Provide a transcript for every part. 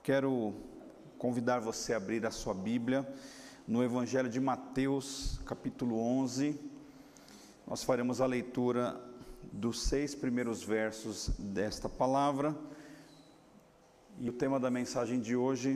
Quero convidar você a abrir a sua Bíblia no Evangelho de Mateus, capítulo 11. Nós faremos a leitura dos 6 primeiros versos desta palavra. E o tema da mensagem de hoje: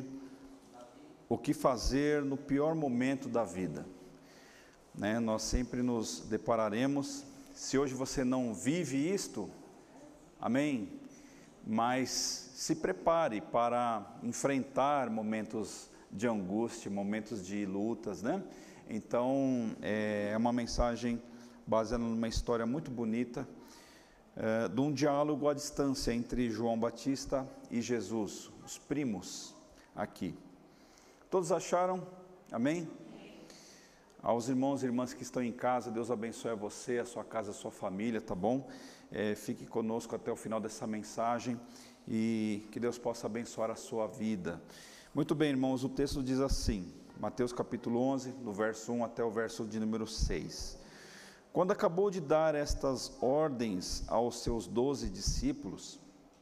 o que fazer no pior momento da vida. Nós sempre nos depararemos, se hoje você não vive isto, amém? Mas se prepare para enfrentar momentos de angústia, momentos de lutas, Então, é uma mensagem baseada numa história muito bonita, de um diálogo à distância entre João Batista e Jesus, os primos aqui. Todos acharam? Amém? Aos irmãos e irmãs que estão em casa, Deus abençoe a você, a sua casa, a sua família, tá bom? Fique conosco até o final dessa mensagem e que Deus possa abençoar a sua vida. Muito bem, irmãos, o texto diz assim, Mateus capítulo 11, do verso 1 até o verso de número 6. Quando acabou de dar estas ordens aos seus 12 discípulos,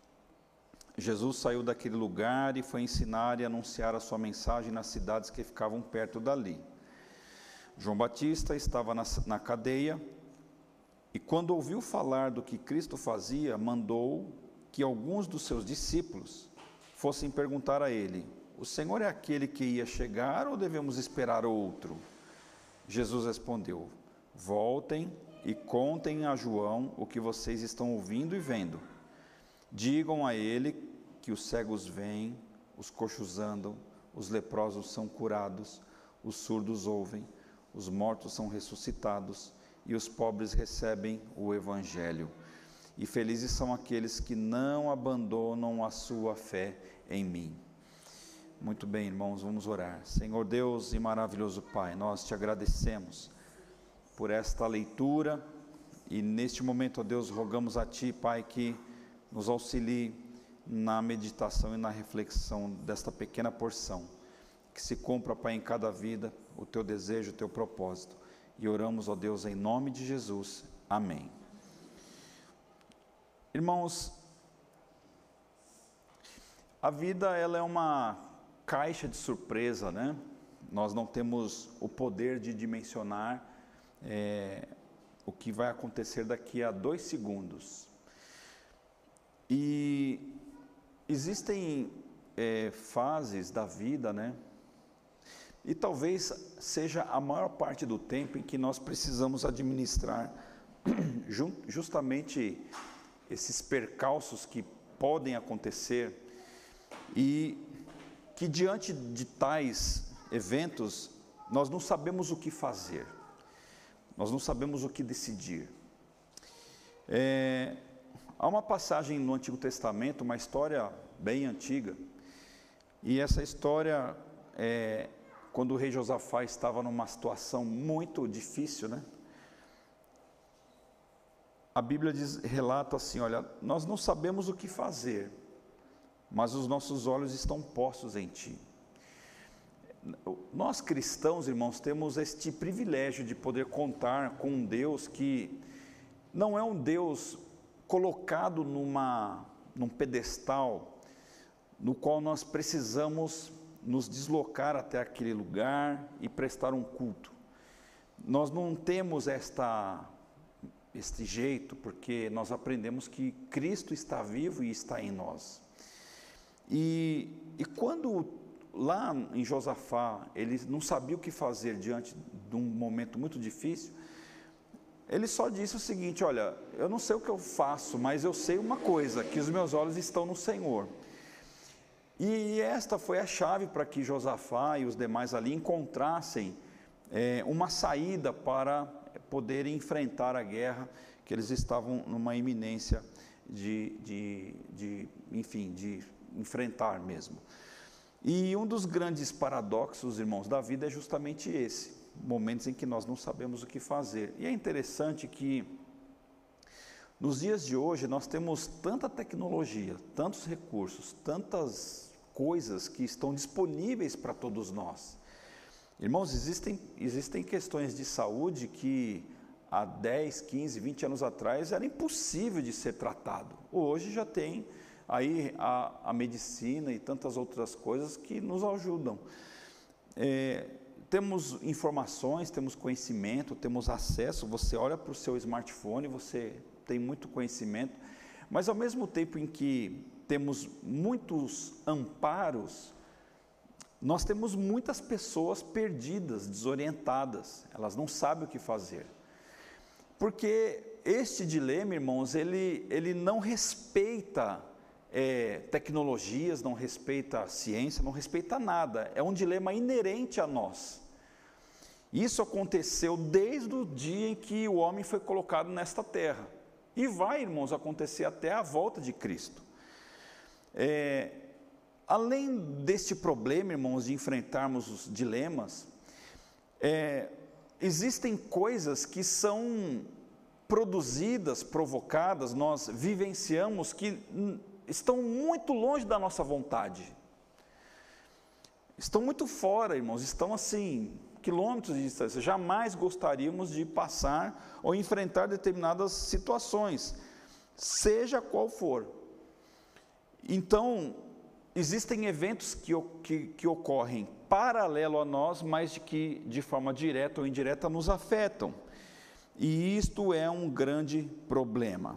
Jesus saiu daquele lugar e foi ensinar e anunciar a sua mensagem nas cidades que ficavam perto dali. João Batista estava na cadeia e, quando ouviu falar do que Cristo fazia, mandou que alguns dos seus discípulos fossem perguntar a ele: o Senhor é aquele que ia chegar ou devemos esperar outro? Jesus respondeu: voltem e contem a João o que vocês estão ouvindo e vendo. Digam a ele que os cegos veem, os coxos andam, os leprosos são curados, os surdos ouvem, os mortos são ressuscitados e os pobres recebem o Evangelho. E felizes são aqueles que não abandonam a sua fé em mim. Muito bem, irmãos, vamos orar. Senhor Deus e maravilhoso Pai, nós te agradecemos por esta leitura e neste momento, ó Deus, rogamos a Ti, Pai, que nos auxilie na meditação e na reflexão desta pequena porção. Que se cumpra, Pai, em cada vida o Teu desejo, o Teu propósito. E oramos, ó Deus, em nome de Jesus. Amém. Irmãos, a vida ela é uma caixa de surpresa, Nós não temos o poder de dimensionar o que vai acontecer daqui a 2 segundos. E existem fases da vida, E talvez seja a maior parte do tempo em que nós precisamos administrar justamente esses percalços que podem acontecer e que diante de tais eventos nós não sabemos o que fazer, nós não sabemos o que decidir. Há uma passagem no Antigo Testamento, uma história bem antiga, e essa história quando o rei Josafá estava numa situação muito difícil, A Bíblia relata assim, olha, nós não sabemos o que fazer, mas os nossos olhos estão postos em Ti. Nós cristãos, irmãos, temos este privilégio de poder contar com um Deus que não é um Deus colocado num pedestal, no qual nós precisamos nos deslocar até aquele lugar e prestar um culto. Nós não temos este jeito, porque nós aprendemos que Cristo está vivo e está em nós. E quando lá em Josafá, ele não sabia o que fazer diante de um momento muito difícil, ele só disse o seguinte: olha, eu não sei o que eu faço, mas eu sei uma coisa, que os meus olhos estão no Senhor. E esta foi a chave para que Josafá e os demais ali encontrassem uma saída para poderem enfrentar a guerra, que eles estavam numa iminência de enfrentar mesmo. E um dos grandes paradoxos, irmãos, da vida é justamente esse, momentos em que nós não sabemos o que fazer. E é interessante que nos dias de hoje nós temos tanta tecnologia, tantos recursos, tantas coisas que estão disponíveis para todos nós. Irmãos, existem questões de saúde que há 10, 15, 20 anos atrás era impossível de ser tratado. Hoje já tem aí a medicina e tantas outras coisas que nos ajudam. Temos informações, temos conhecimento, temos acesso, você olha para o seu smartphone, você tem muito conhecimento, mas ao mesmo tempo em que temos muitos amparos, nós temos muitas pessoas perdidas, desorientadas, elas não sabem o que fazer. Porque este dilema, irmãos, ele não respeita tecnologias, não respeita a ciência, não respeita nada, é um dilema inerente a nós. Isso aconteceu desde o dia em que o homem foi colocado nesta terra, e vai, irmãos, acontecer até a volta de Cristo. Além deste problema, irmãos, de enfrentarmos os dilemas, existem coisas que são produzidas, provocadas, nós vivenciamos, que estão muito longe da nossa vontade. Estão muito fora, irmãos, estão assim, quilômetros de distância. Jamais gostaríamos de passar ou enfrentar determinadas situações, seja qual for. Então, existem eventos que ocorrem paralelo a nós, mas que de forma direta ou indireta nos afetam. E isto é um grande problema.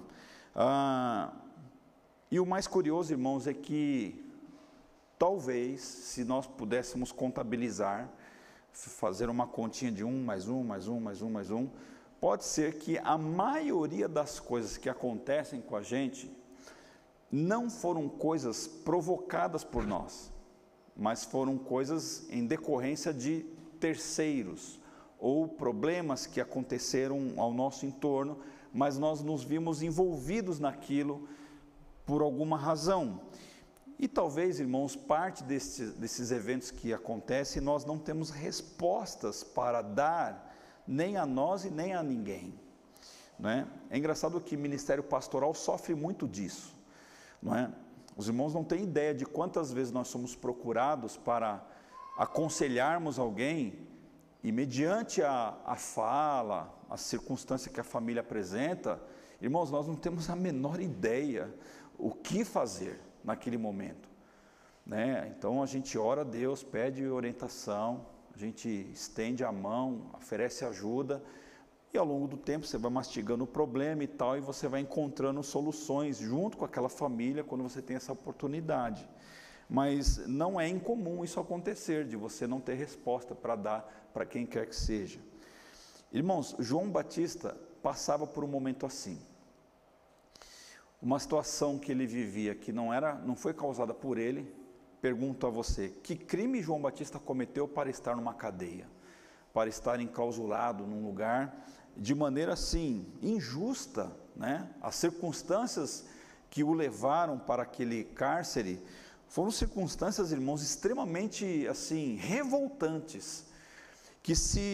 E o mais curioso, irmãos, é que talvez, se nós pudéssemos contabilizar, fazer uma continha de 1 mais 1 mais 1 mais 1 mais 1, pode ser que a maioria das coisas que acontecem com a gente não foram coisas provocadas por nós, mas foram coisas em decorrência de terceiros, ou problemas que aconteceram ao nosso entorno, mas nós nos vimos envolvidos naquilo por alguma razão. E talvez, irmãos, parte desses eventos que acontecem, nós não temos respostas para dar, nem a nós e nem a ninguém, não é? É engraçado que o ministério pastoral sofre muito disso, não é? Os irmãos não têm ideia de quantas vezes nós somos procurados para aconselharmos alguém, e mediante a fala, a circunstância que a família apresenta, irmãos, nós não temos a menor ideia o que fazer naquele momento, né? Então a gente ora a Deus, pede orientação, a gente estende a mão, oferece ajuda, e ao longo do tempo você vai mastigando o problema e tal, e você vai encontrando soluções junto com aquela família quando você tem essa oportunidade. Mas não é incomum isso acontecer, de você não ter resposta para dar para quem quer que seja. Irmãos, João Batista passava por um momento assim. Uma situação que ele vivia que não foi causada por ele. Pergunto a você, que crime João Batista cometeu para estar numa cadeia? Para estar enclausurado num lugar de maneira assim, injusta, né? As circunstâncias que o levaram para aquele cárcere foram circunstâncias, irmãos, extremamente assim, revoltantes, que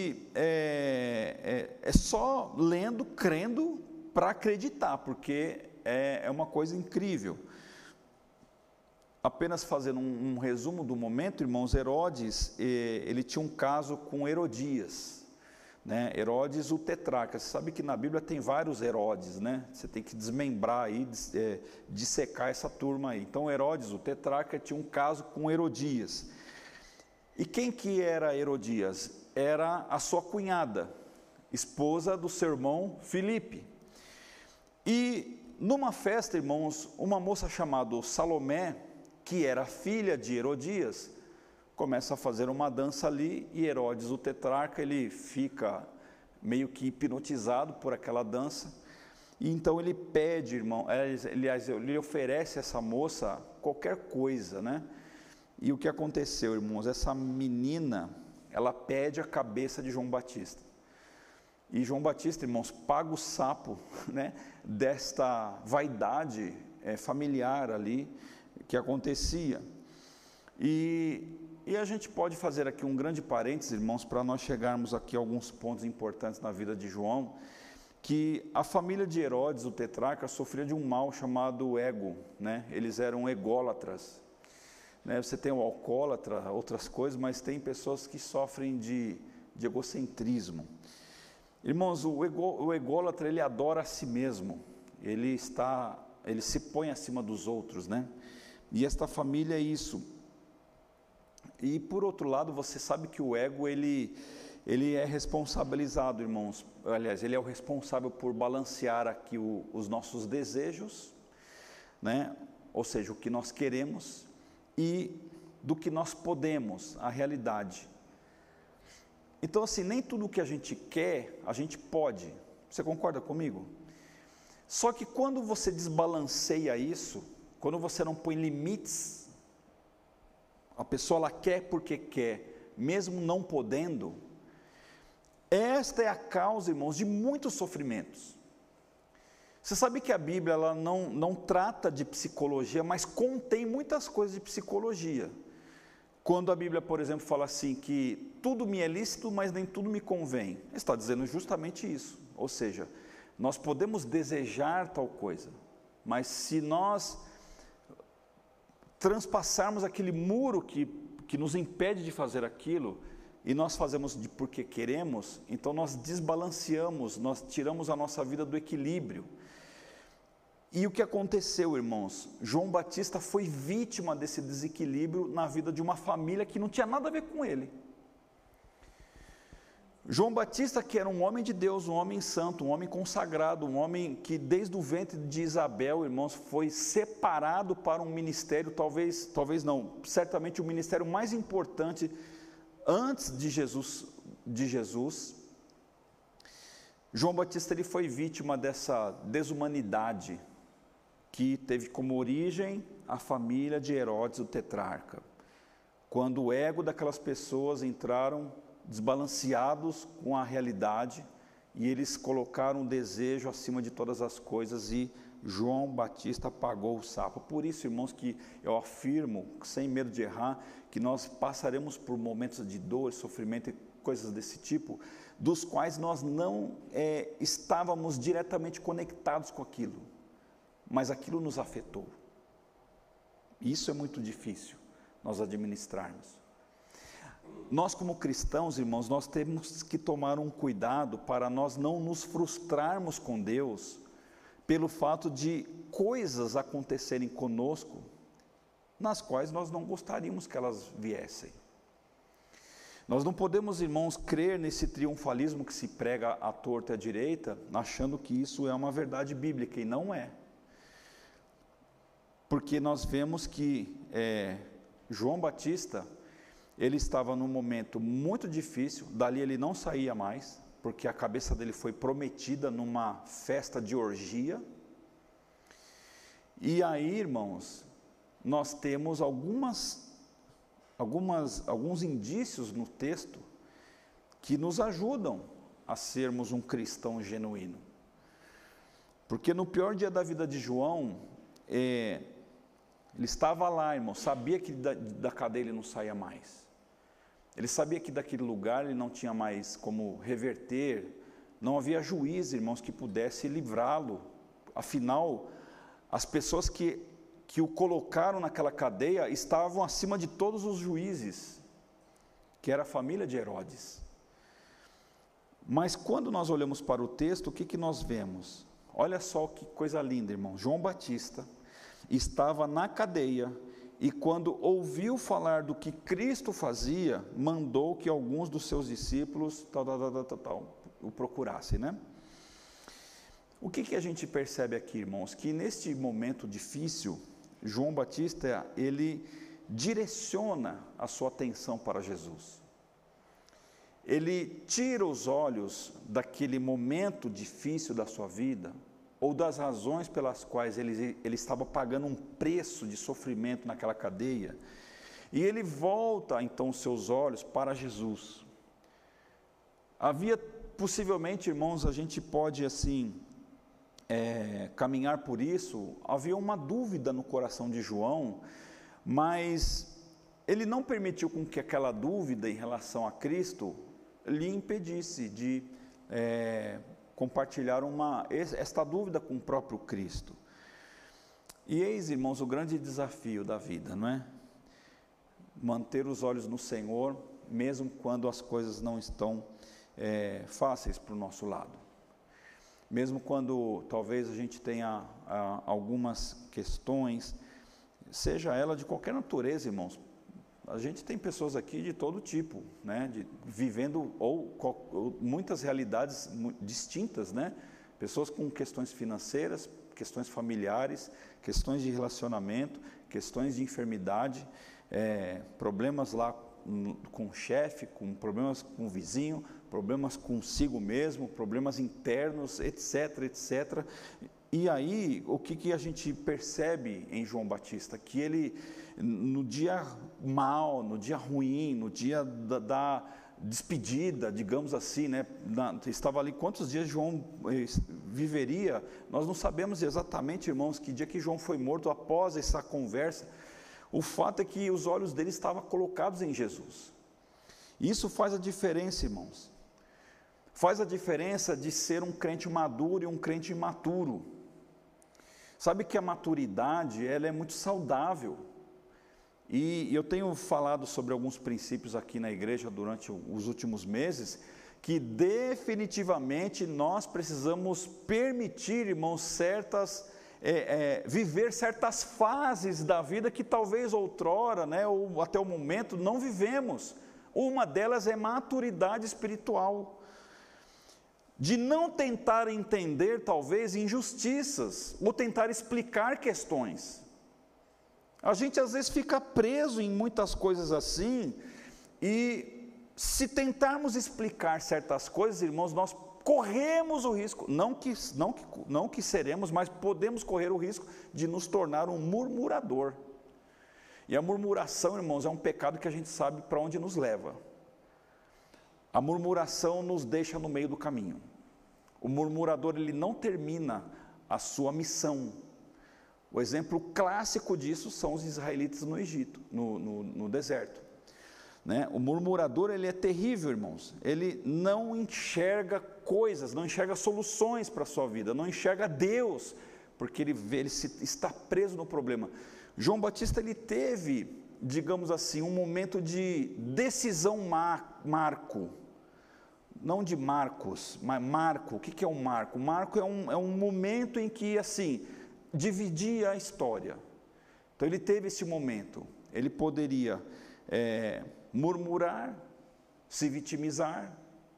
é só lendo, crendo, para acreditar, porque é uma coisa incrível. Apenas fazendo um resumo do momento, irmãos, Herodes, ele tinha um caso com Herodias, né? Herodes o tetrarca. Você sabe que na Bíblia tem vários Herodes, né? Você tem que desmembrar aí, dissecar essa turma aí. Então Herodes o tetrarca tinha um caso com Herodias. E quem que era Herodias? Era a sua cunhada, esposa do seu irmão Filipe. E numa festa, irmãos, uma moça chamada Salomé, que era filha de Herodias, começa a fazer uma dança ali, e Herodes o tetrarca, ele fica meio que hipnotizado por aquela dança, e então ele pede, irmão, aliás, ele oferece a essa moça qualquer coisa, né? E o que aconteceu, irmãos? Essa menina, ela pede a cabeça de João Batista. E João Batista, irmãos, paga o sapo, né, desta vaidade familiar ali que acontecia. E a gente pode fazer aqui um grande parênteses, irmãos, para nós chegarmos aqui a alguns pontos importantes na vida de João, que a família de Herodes, o tetrarca, sofria de um mal chamado ego, né? Eles eram ególatras, né? Você tem o alcoólatra, outras coisas, mas tem pessoas que sofrem de egocentrismo. Irmãos, o ególatra, ele adora a si mesmo, ele está ele se põe acima dos outros, né? E esta família é isso. E por outro lado, você sabe que o ego, ele é responsabilizado, irmãos, aliás, ele é o responsável por balancear aqui os nossos desejos, né? Ou seja, o que nós queremos e do que nós podemos, a realidade. Então assim, nem tudo o que a gente quer, a gente pode, você concorda comigo? Só que quando você desbalanceia isso, quando você não põe limites, a pessoa ela quer porque quer, mesmo não podendo, esta é a causa, irmãos, de muitos sofrimentos. Você sabe que a Bíblia ela não trata de psicologia, mas contém muitas coisas de psicologia. Quando a Bíblia, por exemplo, fala assim que tudo me é lícito, mas nem tudo me convém, está dizendo justamente isso. Ou seja, nós podemos desejar tal coisa, mas se nós transpassarmos aquele muro que nos impede de fazer aquilo, e nós fazemos porque queremos, então nós desbalanceamos, nós tiramos a nossa vida do equilíbrio. E o que aconteceu, irmãos? João Batista foi vítima desse desequilíbrio na vida de uma família que não tinha nada a ver com ele. João Batista, que era um homem de Deus, um homem santo, um homem consagrado, um homem que desde o ventre de Isabel, irmãos, foi separado para um ministério, talvez não, certamente o ministério mais importante antes de Jesus. João Batista ele foi vítima dessa desumanidade que teve como origem a família de Herodes, o tetrarca. Quando o ego daquelas pessoas entraram desbalanceados com a realidade e eles colocaram o desejo acima de todas as coisas e João Batista pagou o sapo. Por isso, irmãos, que eu afirmo, sem medo de errar, que nós passaremos por momentos de dor, sofrimento e coisas desse tipo, dos quais nós não estávamos diretamente conectados com aquilo, mas aquilo nos afetou. Isso é muito difícil nós administrarmos. Nós como cristãos, irmãos, nós temos que tomar um cuidado para nós não nos frustrarmos com Deus pelo fato de coisas acontecerem conosco nas quais nós não gostaríamos que elas viessem. Nós não podemos, irmãos, crer nesse triunfalismo que se prega à torta e à direita, achando que isso é uma verdade bíblica, e não é. Porque nós vemos que João Batista, ele estava num momento muito difícil, dali ele não saía mais, porque a cabeça dele foi prometida numa festa de orgia. E aí, irmãos, nós temos alguns indícios no texto que nos ajudam a sermos um cristão genuíno. Porque no pior dia da vida de João, ele estava lá, irmão, sabia que da cadeia ele não saía mais. Ele sabia que daquele lugar ele não tinha mais como reverter, não havia juiz, irmãos, que pudesse livrá-lo. Afinal, as pessoas que o colocaram naquela cadeia estavam acima de todos os juízes, que era a família de Herodes. Mas quando nós olhamos para o texto, o que nós vemos? Olha só que coisa linda, irmão. João Batista estava na cadeia e quando ouviu falar do que Cristo fazia, mandou que alguns dos seus discípulos o procurassem, né? O que a gente percebe aqui, irmãos? Que neste momento difícil, João Batista, ele direciona a sua atenção para Jesus. Ele tira os olhos daquele momento difícil da sua vida, ou das razões pelas quais ele estava pagando um preço de sofrimento naquela cadeia, e ele volta então os seus olhos para Jesus. Havia possivelmente, irmãos, a gente pode assim caminhar por isso, havia uma dúvida no coração de João, mas ele não permitiu com que aquela dúvida em relação a Cristo lhe impedisse de compartilhar esta dúvida com o próprio Cristo. E eis, irmãos, o grande desafio da vida, não é? Manter os olhos no Senhor, mesmo quando as coisas não estão fáceis para o nosso lado. mesmo quando talvez a gente tenha algumas questões, seja ela de qualquer natureza, irmãos. A gente tem pessoas aqui de todo tipo, né, vivendo ou muitas realidades distintas, né, pessoas com questões financeiras, questões familiares, questões de relacionamento, questões de enfermidade, problemas lá com o chefe, problemas com o vizinho, problemas consigo mesmo, problemas internos, etc, etc. E aí, o que a gente percebe em João Batista? Que ele, no dia mau, no dia ruim, no dia da despedida, digamos assim, né? Estava ali, quantos dias João viveria? Nós não sabemos exatamente, irmãos, que dia que João foi morto após essa conversa. O fato é que os olhos dele estavam colocados em Jesus. Isso faz a diferença, irmãos. Faz a diferença de ser um crente maduro e um crente imaturo. Sabe que a maturidade, ela é muito saudável. E eu tenho falado sobre alguns princípios aqui na igreja durante os últimos meses, que definitivamente nós precisamos permitir, irmãos, viver certas fases da vida que talvez outrora, né, ou até o momento, não vivemos. Uma delas é maturidade espiritual. De não tentar entender, talvez, injustiças, ou tentar explicar questões. A gente às vezes fica preso em muitas coisas assim, e se tentarmos explicar certas coisas, irmãos, nós corremos o risco, não que seremos, mas podemos correr o risco de nos tornar um murmurador. E a murmuração, irmãos, é um pecado que a gente sabe para onde nos leva. A murmuração nos deixa no meio do caminho. O murmurador, ele não termina a sua missão. O exemplo clássico disso são os israelitas no Egito, no deserto. Né? O murmurador, ele é terrível, irmãos. Ele não enxerga coisas, não enxerga soluções para a sua vida, não enxerga Deus, porque ele está preso no problema. João Batista, ele teve, digamos assim, um momento de decisão marco. Não de Marcos, mas marco. O que é um marco? Marco é um momento em que, assim, dividia a história. Então ele teve esse momento. Ele poderia murmurar, se vitimizar,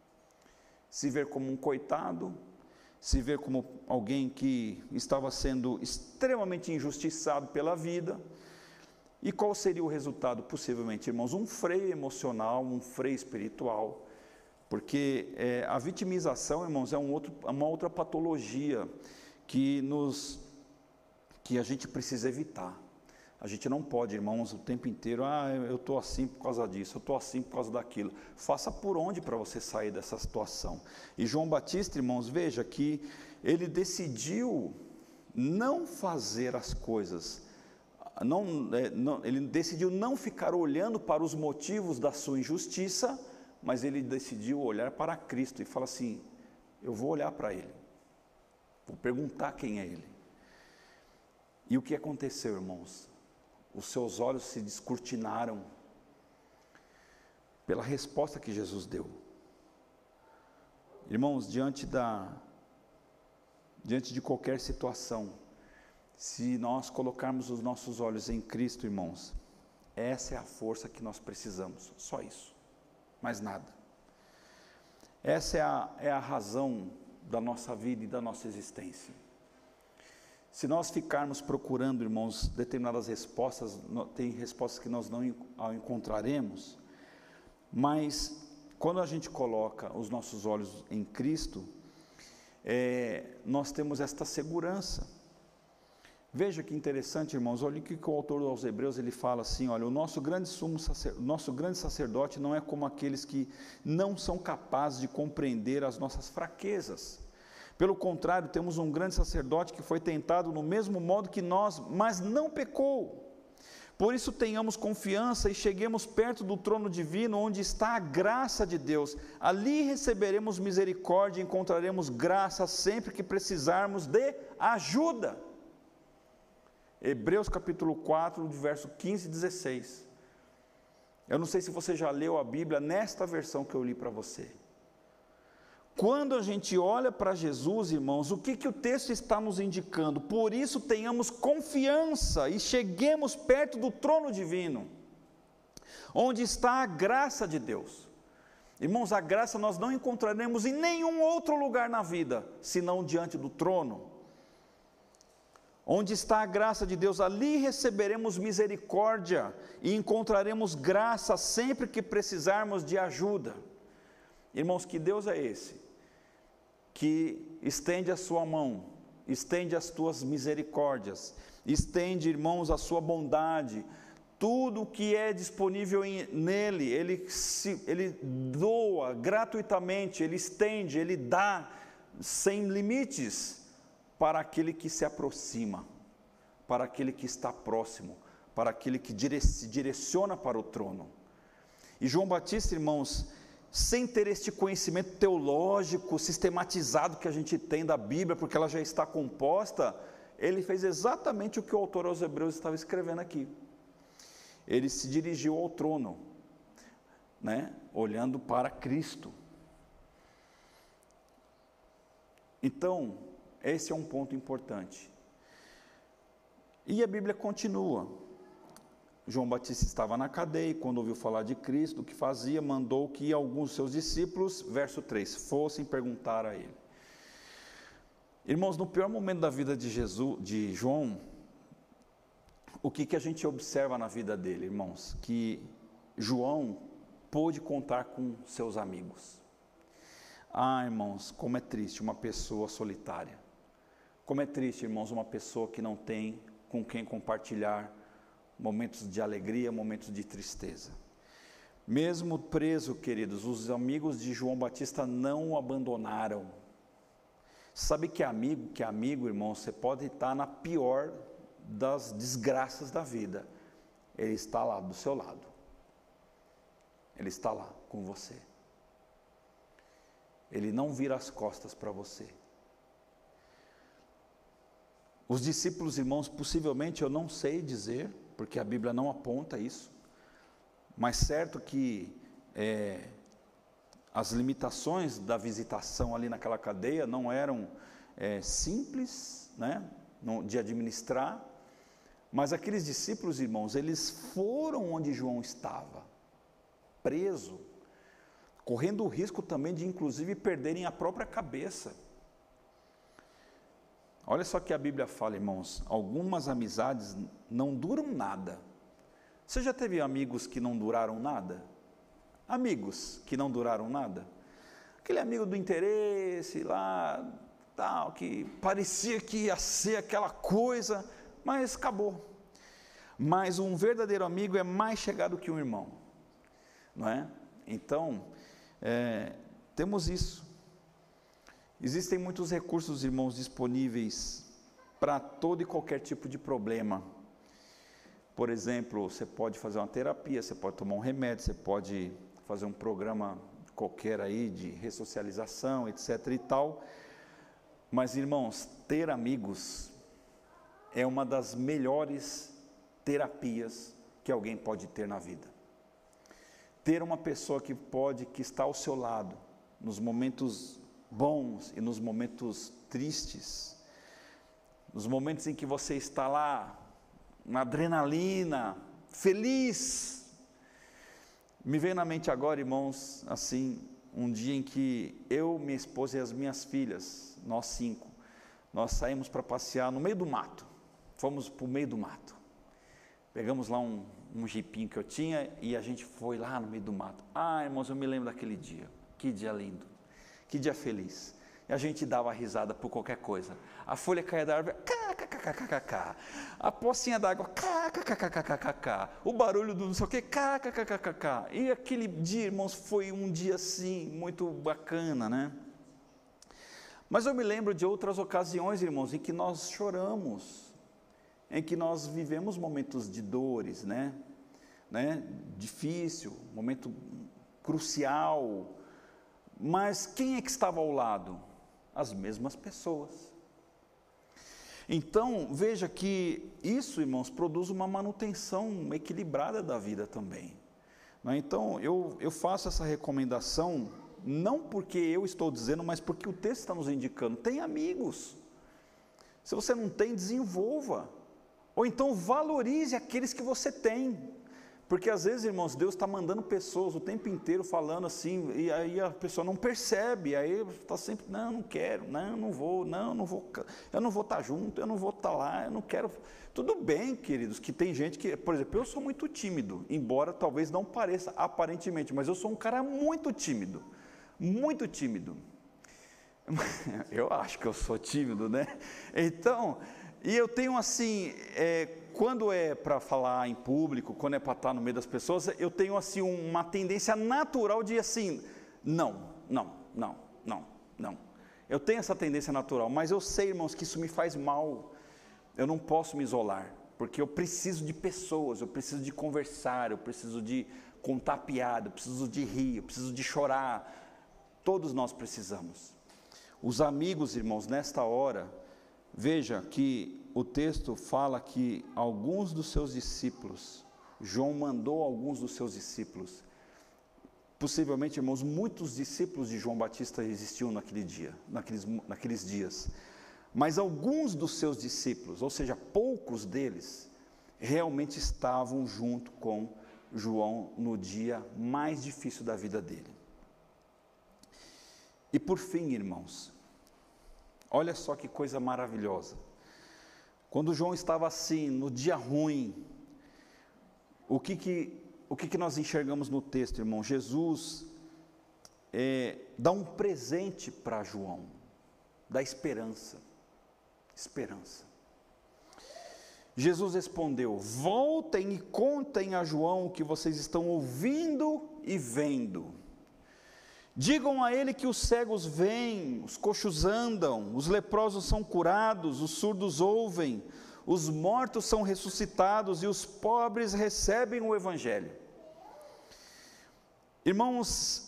se ver como um coitado, se ver como alguém que estava sendo extremamente injustiçado pela vida. E qual seria o resultado? Possivelmente, irmãos, um freio emocional, um freio espiritual. Porque a vitimização, irmãos, é uma outra patologia que a gente precisa evitar. A gente não pode, irmãos, o tempo inteiro, eu estou assim por causa disso, eu estou assim por causa daquilo. Faça por onde para você sair dessa situação. E João Batista, irmãos, veja que ele decidiu não fazer as coisas, ele decidiu não ficar olhando para os motivos da sua injustiça, mas ele decidiu olhar para Cristo e falar assim, eu vou olhar para Ele, vou perguntar quem é Ele. E o que aconteceu, irmãos? Os seus olhos se descortinaram pela resposta que Jesus deu. Irmãos, diante de qualquer situação, se nós colocarmos os nossos olhos em Cristo, irmãos, essa é a força que nós precisamos, só isso. Mais nada. Essa é a razão da nossa vida e da nossa existência. Se nós ficarmos procurando, irmãos, determinadas respostas, tem respostas que nós não encontraremos, mas quando a gente coloca os nossos olhos em Cristo, nós temos esta segurança. Veja que interessante, irmãos, olha o que o autor aos Hebreus ele fala assim, olha, o nosso grande sacerdote não é como aqueles que não são capazes de compreender as nossas fraquezas. Pelo contrário, temos um grande sacerdote que foi tentado no mesmo modo que nós, mas não pecou. Por isso tenhamos confiança e cheguemos perto do trono divino, onde está a graça de Deus. Ali receberemos misericórdia e encontraremos graça sempre que precisarmos de ajuda. Hebreus capítulo 4, verso 15 e 16. Eu não sei se você já leu a Bíblia nesta versão que eu li para você. Quando a gente olha para Jesus, irmãos, o que o texto está nos indicando? Por isso tenhamos confiança e cheguemos perto do trono divino, onde está a graça de Deus. Irmãos, a graça nós não encontraremos em nenhum outro lugar na vida, senão diante do trono. Onde está a graça de Deus, ali receberemos misericórdia e encontraremos graça sempre que precisarmos de ajuda. Irmãos, que Deus é esse? Que estende a sua mão, estende as tuas misericórdias, estende, irmãos, a sua bondade, tudo o que é disponível nele, ele doa gratuitamente, ele estende, ele dá sem limites para aquele que se aproxima, para aquele que está próximo, para aquele que se direciona para o trono. E João Batista, irmãos, sem ter este conhecimento teológico sistematizado que a gente tem da Bíblia, porque ela já está composta, ele fez exatamente o que o autor aos Hebreus estava escrevendo aqui. Ele se dirigiu ao trono, olhando para Cristo. Então, esse é um ponto importante. E a Bíblia continua. João Batista estava na cadeia, e quando ouviu falar de Cristo, o que fazia, mandou que alguns de seus discípulos, verso 3, fossem perguntar a ele. Irmãos, no pior momento da vida de João, o que a gente observa na vida dele, irmãos? Que João pôde contar com seus amigos. Irmãos, como é triste uma pessoa solitária. Como é triste, irmãos, uma pessoa que não tem com quem compartilhar momentos de alegria, momentos de tristeza. Mesmo preso, queridos, os amigos de João Batista não o abandonaram. Sabe que amigo, irmão, você pode estar na pior das desgraças da vida, ele está lá do seu lado, ele está lá com você, ele não vira as costas para você. Os discípulos, irmãos, possivelmente, eu não sei dizer, porque a Bíblia não aponta isso, mas certo que as limitações da visitação ali naquela cadeia não eram simples, de administrar, mas aqueles discípulos, irmãos, eles foram onde João estava, preso, correndo o risco também de inclusive perderem a própria cabeça. Olha só que a Bíblia fala, irmãos, algumas amizades não duram nada. Você já teve amigos que não duraram nada? Amigos que não duraram nada? Aquele amigo do interesse lá, tal, que parecia que ia ser aquela coisa, mas acabou. Mas um verdadeiro amigo é mais chegado que um irmão, não é? Então, temos isso. Existem muitos recursos, irmãos, disponíveis para todo e qualquer tipo de problema. Por exemplo, você pode fazer uma terapia, você pode tomar um remédio, você pode fazer um programa qualquer aí de ressocialização, etc. e tal. Mas, irmãos, ter amigos é uma das melhores terapias que alguém pode ter na vida. Ter uma pessoa que está ao seu lado, nos momentos bons e nos momentos tristes, nos momentos em que você está lá, na adrenalina, feliz. Me veio na mente agora, irmãos, assim, um dia em que eu, minha esposa e as minhas filhas, nós 5, nós saímos para passear no meio do mato, fomos para o meio do mato, pegamos lá um jipinho que eu tinha e a gente foi lá no meio do mato. Irmãos, eu me lembro daquele dia, que dia lindo, que dia feliz. E a gente dava risada por qualquer coisa. A folha caía da árvore, kkkkkk. A pocinha d'água, kkkkkk. O barulho do não sei o que, kkkkkk. E aquele dia, irmãos, foi um dia assim, muito bacana, né? Mas eu me lembro de outras ocasiões, irmãos, em que nós choramos, em que nós vivemos momentos de dores, né? Difícil, momento crucial. Mas quem é que estava ao lado? As mesmas pessoas. Então, veja que isso, irmãos, produz uma manutenção equilibrada da vida também. Então, eu faço essa recomendação não porque eu estou dizendo, mas porque o texto está nos indicando. Tem amigos. Se você não tem, desenvolva. Ou então valorize aqueles que você tem. Porque às vezes, irmãos, Deus está mandando pessoas o tempo inteiro falando assim, e aí a pessoa não percebe, aí está sempre, não, não quero, não, não vou, eu não vou estar junto, eu não vou estar lá, eu não quero. Tudo bem, queridos, que tem gente que, por exemplo, eu sou muito tímido, embora talvez não pareça aparentemente, mas eu sou um cara muito tímido, muito tímido. Eu acho que eu sou tímido, né? Então, e eu tenho assim, quando é para falar em público, quando é para estar no meio das pessoas, eu tenho assim uma tendência natural de assim, não. Eu tenho essa tendência natural, mas eu sei, irmãos, que isso me faz mal. Eu não posso me isolar, porque eu preciso de pessoas, eu preciso de conversar, eu preciso de contar piada, eu preciso de rir, eu preciso de chorar. Todos nós precisamos. Os amigos, irmãos, nesta hora, veja que o texto fala que alguns dos seus discípulos, João mandou alguns dos seus discípulos, possivelmente, irmãos, muitos discípulos de João Batista existiam naqueles dias, mas alguns dos seus discípulos, ou seja, poucos deles, realmente estavam junto com João no dia mais difícil da vida dele. E por fim, irmãos, olha só que coisa maravilhosa. Quando João estava assim, no dia ruim, o que nós enxergamos no texto, irmão? Jesus dá um presente para João, dá esperança. Jesus respondeu: voltem e contem a João o que vocês estão ouvindo e vendo. Digam a ele que os cegos veem, os coxos andam, os leprosos são curados, os surdos ouvem, os mortos são ressuscitados e os pobres recebem o Evangelho. Irmãos,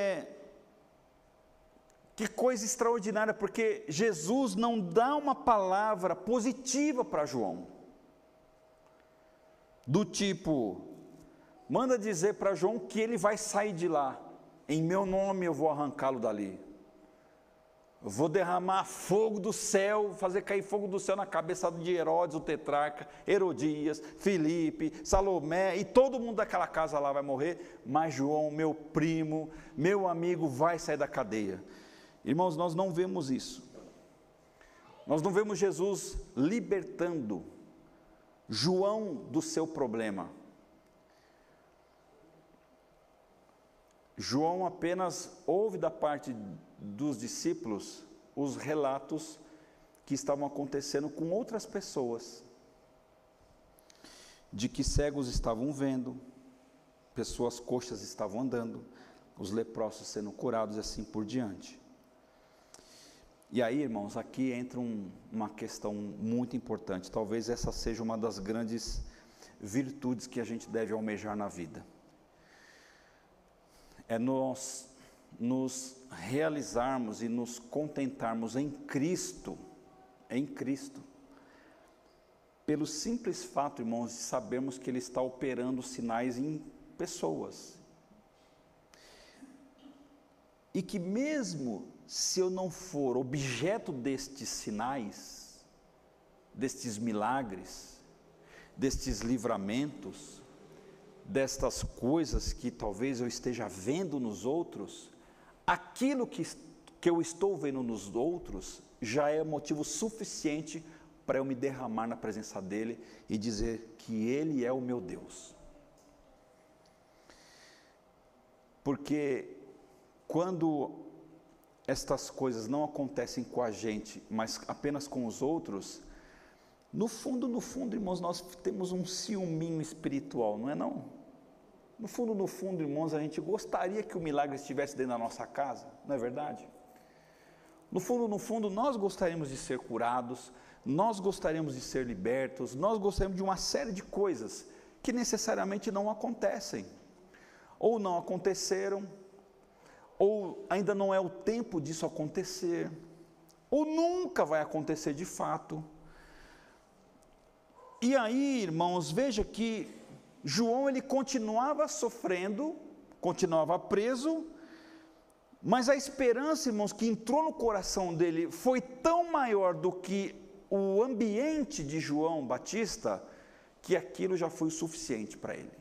que coisa extraordinária, porque Jesus não dá uma palavra positiva para João, do tipo, manda dizer para João que ele vai sair de lá, em meu nome eu vou arrancá-lo dali, eu vou derramar fogo do céu, fazer cair fogo do céu na cabeça de Herodes, o tetrarca, Herodias, Filipe, Salomé, e todo mundo daquela casa lá vai morrer, mas João, meu primo, meu amigo, vai sair da cadeia. Irmãos, nós não vemos isso, nós não vemos Jesus libertando João do seu problema. João apenas ouve da parte dos discípulos os relatos que estavam acontecendo com outras pessoas, de que cegos estavam vendo, pessoas coxas estavam andando, os leprosos sendo curados e assim por diante. E aí, irmãos, aqui entra uma questão muito importante, talvez essa seja uma das grandes virtudes que a gente deve almejar na vida. É nós nos realizarmos e nos contentarmos em Cristo, pelo simples fato, irmãos, de sabermos que Ele está operando sinais em pessoas, e que mesmo se eu não for objeto destes sinais, destes milagres, destes livramentos, destas coisas que talvez eu esteja vendo nos outros, aquilo que eu estou vendo nos outros já é motivo suficiente para eu me derramar na presença dEle e dizer que Ele é o meu Deus. Porque quando estas coisas não acontecem com a gente, mas apenas com os outros, no fundo, irmãos, nós temos um ciúminho espiritual, não é não? No fundo, irmãos, a gente gostaria que o milagre estivesse dentro da nossa casa, não é verdade? No fundo, nós gostaríamos de ser curados, nós gostaríamos de ser libertos, nós gostaríamos de uma série de coisas que necessariamente não acontecem, ou não aconteceram, ou ainda não é o tempo disso acontecer, ou nunca vai acontecer de fato. E aí, irmãos, veja que João, ele continuava sofrendo, continuava preso, Mas a esperança, irmãos, que entrou no coração dele foi tão maior do que o ambiente de João Batista, que aquilo já foi o suficiente para ele.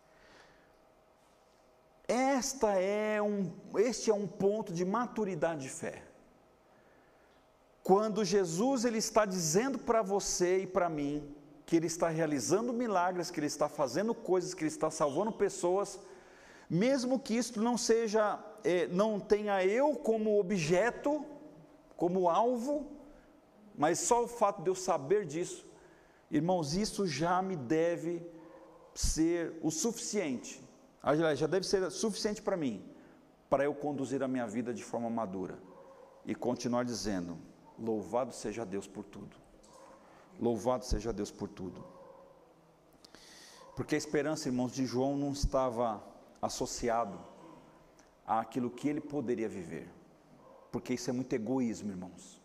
Este é um ponto de maturidade de fé. Quando Jesus ele está dizendo para você e para mim que ele está realizando milagres, que ele está fazendo coisas, que ele está salvando pessoas, mesmo que isso não seja, não tenha eu como objeto, como alvo, mas só o fato de eu saber disso, irmãos, isso já me deve ser o suficiente, já deve ser suficiente para mim, para eu conduzir a minha vida de forma madura, e continuar dizendo, louvado seja Deus por tudo, louvado seja Deus por tudo, porque a esperança, irmãos, de João não estava associado àquilo que ele poderia viver, porque isso é muito egoísmo, irmãos.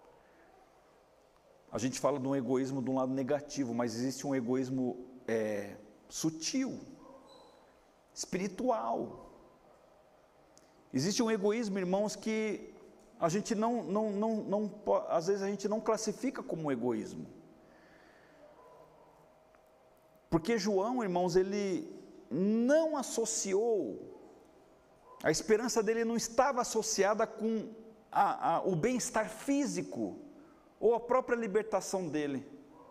A gente fala de um egoísmo de um lado negativo, mas existe um egoísmo sutil, espiritual. Existe um egoísmo, irmãos, que a gente às vezes a gente não classifica como um egoísmo. Porque João, irmãos, ele não associou, a esperança dele não estava associada com o bem-estar físico, ou a própria libertação dele.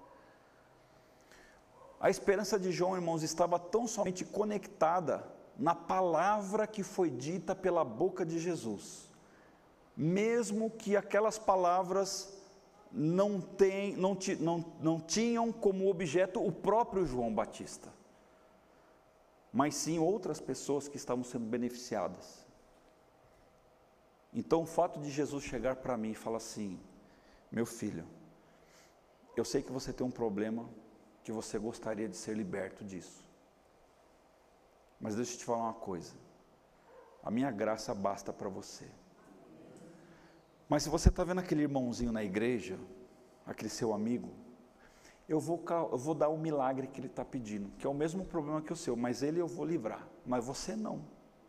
A esperança de João, irmãos, estava tão somente conectada na palavra que foi dita pela boca de Jesus, mesmo que aquelas palavras não tinham como objeto o próprio João Batista, mas sim outras pessoas que estavam sendo beneficiadas. Então o fato de Jesus chegar para mim e falar assim, meu filho, eu sei que você tem um problema, que você gostaria de ser liberto disso, mas deixa eu te falar uma coisa, a minha graça basta para você. Mas se você está vendo aquele irmãozinho na igreja, aquele seu amigo, eu vou dar o milagre que ele está pedindo, que é o mesmo problema que o seu, mas ele eu vou livrar, mas você não.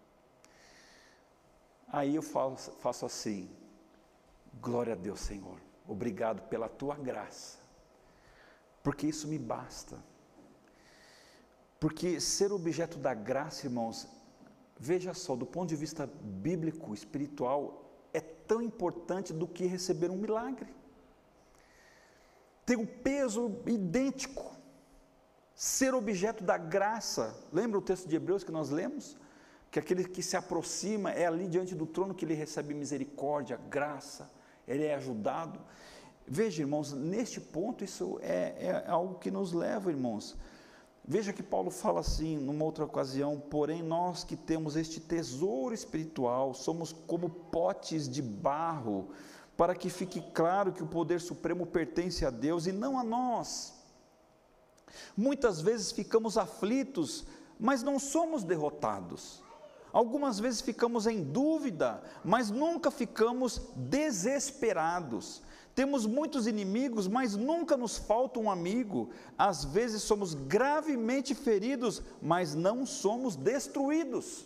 Aí eu faço assim, glória a Deus, Senhor, obrigado pela tua graça, porque isso me basta. Porque ser objeto da graça, irmãos, veja só, do ponto de vista bíblico, espiritual, é tão importante do que receber um milagre. Tem um peso idêntico. Ser objeto da graça, lembra o texto de Hebreus que nós lemos? Que aquele que se aproxima é ali diante do trono que ele recebe misericórdia, graça, ele é ajudado. Veja, irmãos, neste ponto isso é algo que nos leva, irmãos. Veja que Paulo fala assim, numa outra ocasião, porém nós que temos este tesouro espiritual, somos como potes de barro, para que fique claro que o poder supremo pertence a Deus e não a nós. Muitas vezes ficamos aflitos, mas não somos derrotados. Algumas vezes ficamos em dúvida, mas nunca ficamos desesperados. Temos muitos inimigos, mas nunca nos falta um amigo. Às vezes somos gravemente feridos, mas não somos destruídos.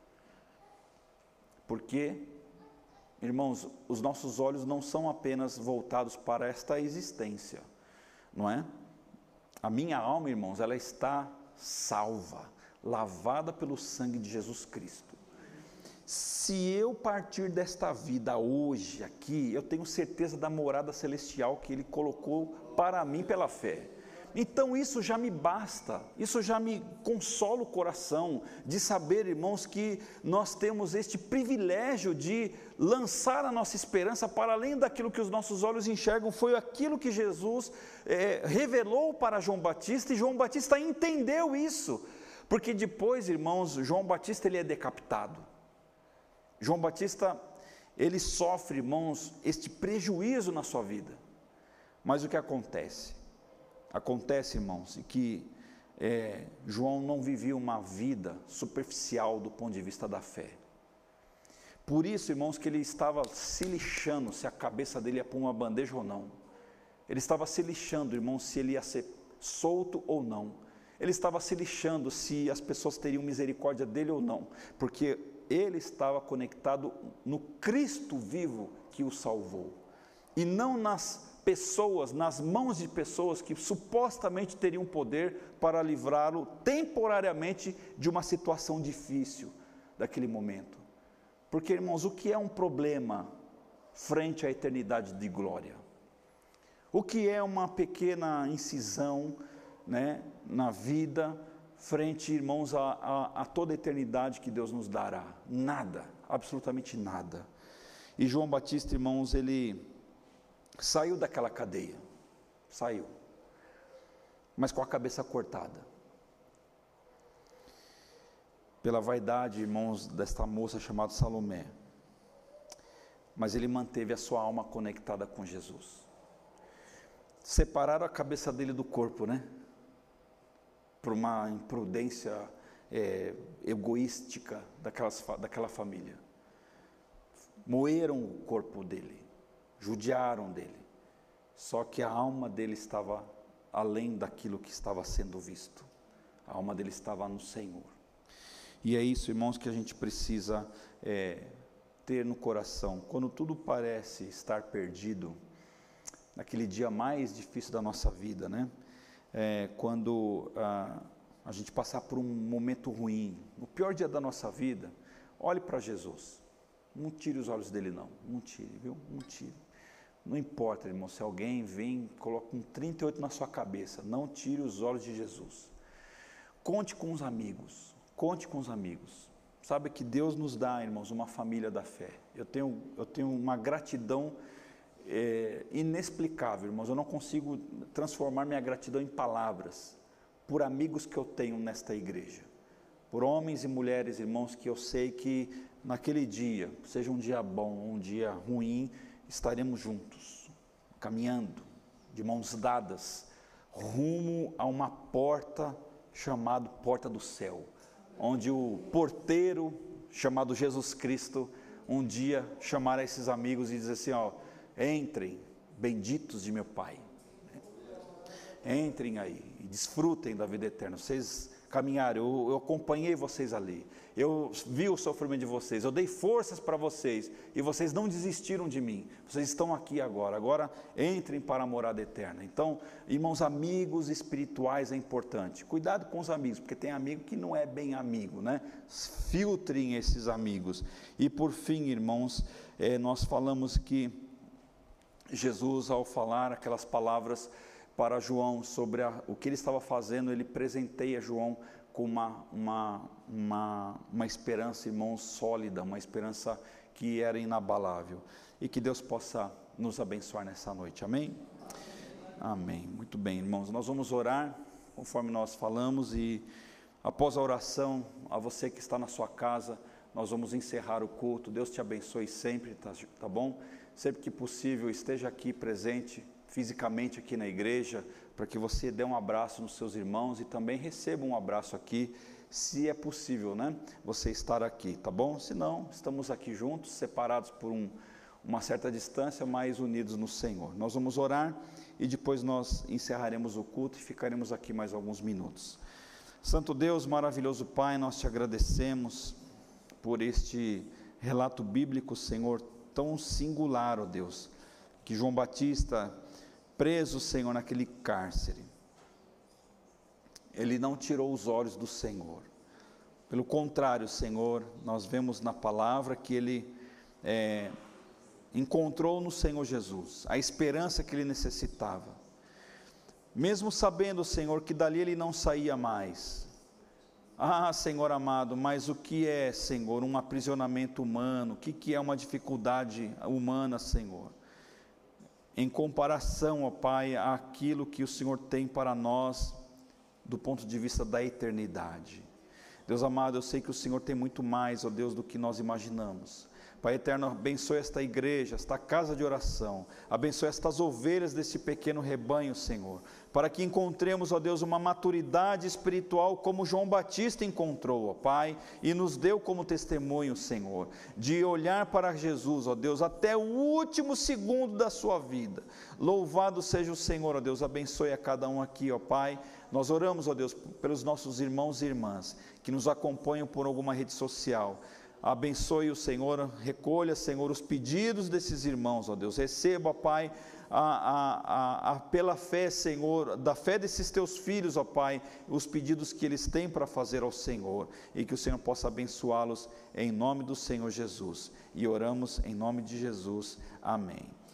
Porque, irmãos, os nossos olhos não são apenas voltados para esta existência, não é? A minha alma, irmãos, ela está salva, lavada pelo sangue de Jesus Cristo. Se eu partir desta vida hoje, aqui, eu tenho certeza da morada celestial que Ele colocou para mim pela fé. Então isso já me basta, isso já me consola o coração, de saber, irmãos, que nós temos este privilégio de lançar a nossa esperança para além daquilo que os nossos olhos enxergam. Foi aquilo que Jesus revelou para João Batista, e João Batista entendeu isso, porque depois, irmãos, João Batista ele é decapitado. João Batista, ele sofre, irmãos, este prejuízo na sua vida. Mas o que acontece? Acontece, irmãos, que João não vivia uma vida superficial do ponto de vista da fé. Por isso, irmãos, que ele estava se lixando se a cabeça dele ia para uma bandeja ou não. Ele estava se lixando, irmãos, se ele ia ser solto ou não. Ele estava se lixando se as pessoas teriam misericórdia dele ou não. Porque ele estava conectado no Cristo vivo que o salvou, e não nas pessoas, nas mãos de pessoas que supostamente teriam poder para livrá-lo temporariamente de uma situação difícil daquele momento. Porque, irmãos, o que é um problema frente à eternidade de glória? O que é uma pequena incisão, né, na vida, frente, irmãos, a toda a eternidade que Deus nos dará? Nada, absolutamente nada. E João Batista, irmãos, ele saiu daquela cadeia, saiu, mas com a cabeça cortada, pela vaidade, irmãos, desta moça chamada Salomé, mas ele manteve a sua alma conectada com Jesus. Separaram a cabeça dele do corpo, né, por uma imprudência egoística daquela família, moeram o corpo dele, judiaram dele, só que a alma dele estava além daquilo que estava sendo visto, a alma dele estava no Senhor. E é isso, irmãos, que a gente precisa ter no coração, quando tudo parece estar perdido, naquele dia mais difícil da nossa vida, né? Quando a gente passar por um momento ruim, no pior dia da nossa vida, olhe para Jesus, não tire os olhos dele não tire, viu? Não tire. Não importa, irmão, se alguém vem e coloca um 38 na sua cabeça, não tire os olhos de Jesus. Conte com os amigos, sabe que Deus nos dá, irmãos, uma família da fé. Eu tenho uma gratidão inexplicável, irmãos, eu não consigo transformar minha gratidão em palavras, por amigos que eu tenho nesta igreja, por homens e mulheres, irmãos, que eu sei que naquele dia, seja um dia bom ou um dia ruim, estaremos juntos, caminhando, de mãos dadas, rumo a uma porta chamada Porta do Céu, onde o porteiro, chamado Jesus Cristo, um dia chamará esses amigos e dizer assim, ó, entrem, benditos de meu Pai, entrem aí e desfrutem da vida eterna. Vocês caminharam, eu acompanhei vocês ali, eu vi o sofrimento de vocês, eu dei forças para vocês, e vocês não desistiram de mim, vocês estão aqui agora entrem para a morada eterna. Então, irmãos, amigos espirituais é importante, cuidado com os amigos, porque tem amigo que não é bem amigo, né? Filtrem esses amigos. E por fim, irmãos, nós falamos que Jesus, ao falar aquelas palavras para João sobre o que ele estava fazendo, ele presenteia João com uma esperança, irmãos, sólida, uma esperança que era inabalável, e que Deus possa nos abençoar nessa noite, amém? Amém. Muito bem, irmãos, nós vamos orar, conforme nós falamos, e após a oração, a você que está na sua casa, nós vamos encerrar o culto. Deus te abençoe sempre, tá bom? Sempre que possível, esteja aqui presente, fisicamente aqui na igreja, para que você dê um abraço nos seus irmãos e também receba um abraço aqui, se é possível, né? Você estar aqui, tá bom? Se não, estamos aqui juntos, separados por uma certa distância, mas unidos no Senhor. Nós vamos orar e depois nós encerraremos o culto e ficaremos aqui mais alguns minutos. Santo Deus, maravilhoso Pai, nós te agradecemos por este relato bíblico, Senhor, tão singular, ó Deus, que João Batista, preso, Senhor, naquele cárcere, ele não tirou os olhos do Senhor. Pelo contrário, Senhor, nós vemos na palavra que ele encontrou no Senhor Jesus a esperança que ele necessitava, mesmo sabendo, Senhor, que dali ele não saía mais. Ah, Senhor amado, mas o que é, Senhor, um aprisionamento humano? O que é uma dificuldade humana, Senhor, em comparação, ó Pai, àquilo que o Senhor tem para nós, do ponto de vista da eternidade? Deus amado, eu sei que o Senhor tem muito mais, ó Deus, do que nós imaginamos. Pai eterno, abençoe esta igreja, esta casa de oração, abençoe estas ovelhas desse pequeno rebanho, Senhor, para que encontremos, ó Deus, uma maturidade espiritual como João Batista encontrou, ó Pai, e nos deu como testemunho, Senhor, de olhar para Jesus, ó Deus, até o último segundo da sua vida. Louvado seja o Senhor, ó Deus, abençoe a cada um aqui, ó Pai. Nós oramos, ó Deus, pelos nossos irmãos e irmãs que nos acompanham por alguma rede social. abençoe o Senhor, recolha, Senhor, os pedidos desses irmãos, ó Deus, receba, ó Pai, pela fé, Senhor, da fé desses teus filhos, ó Pai, os pedidos que eles têm para fazer ao Senhor, e que o Senhor possa abençoá-los em nome do Senhor Jesus, e oramos em nome de Jesus, amém.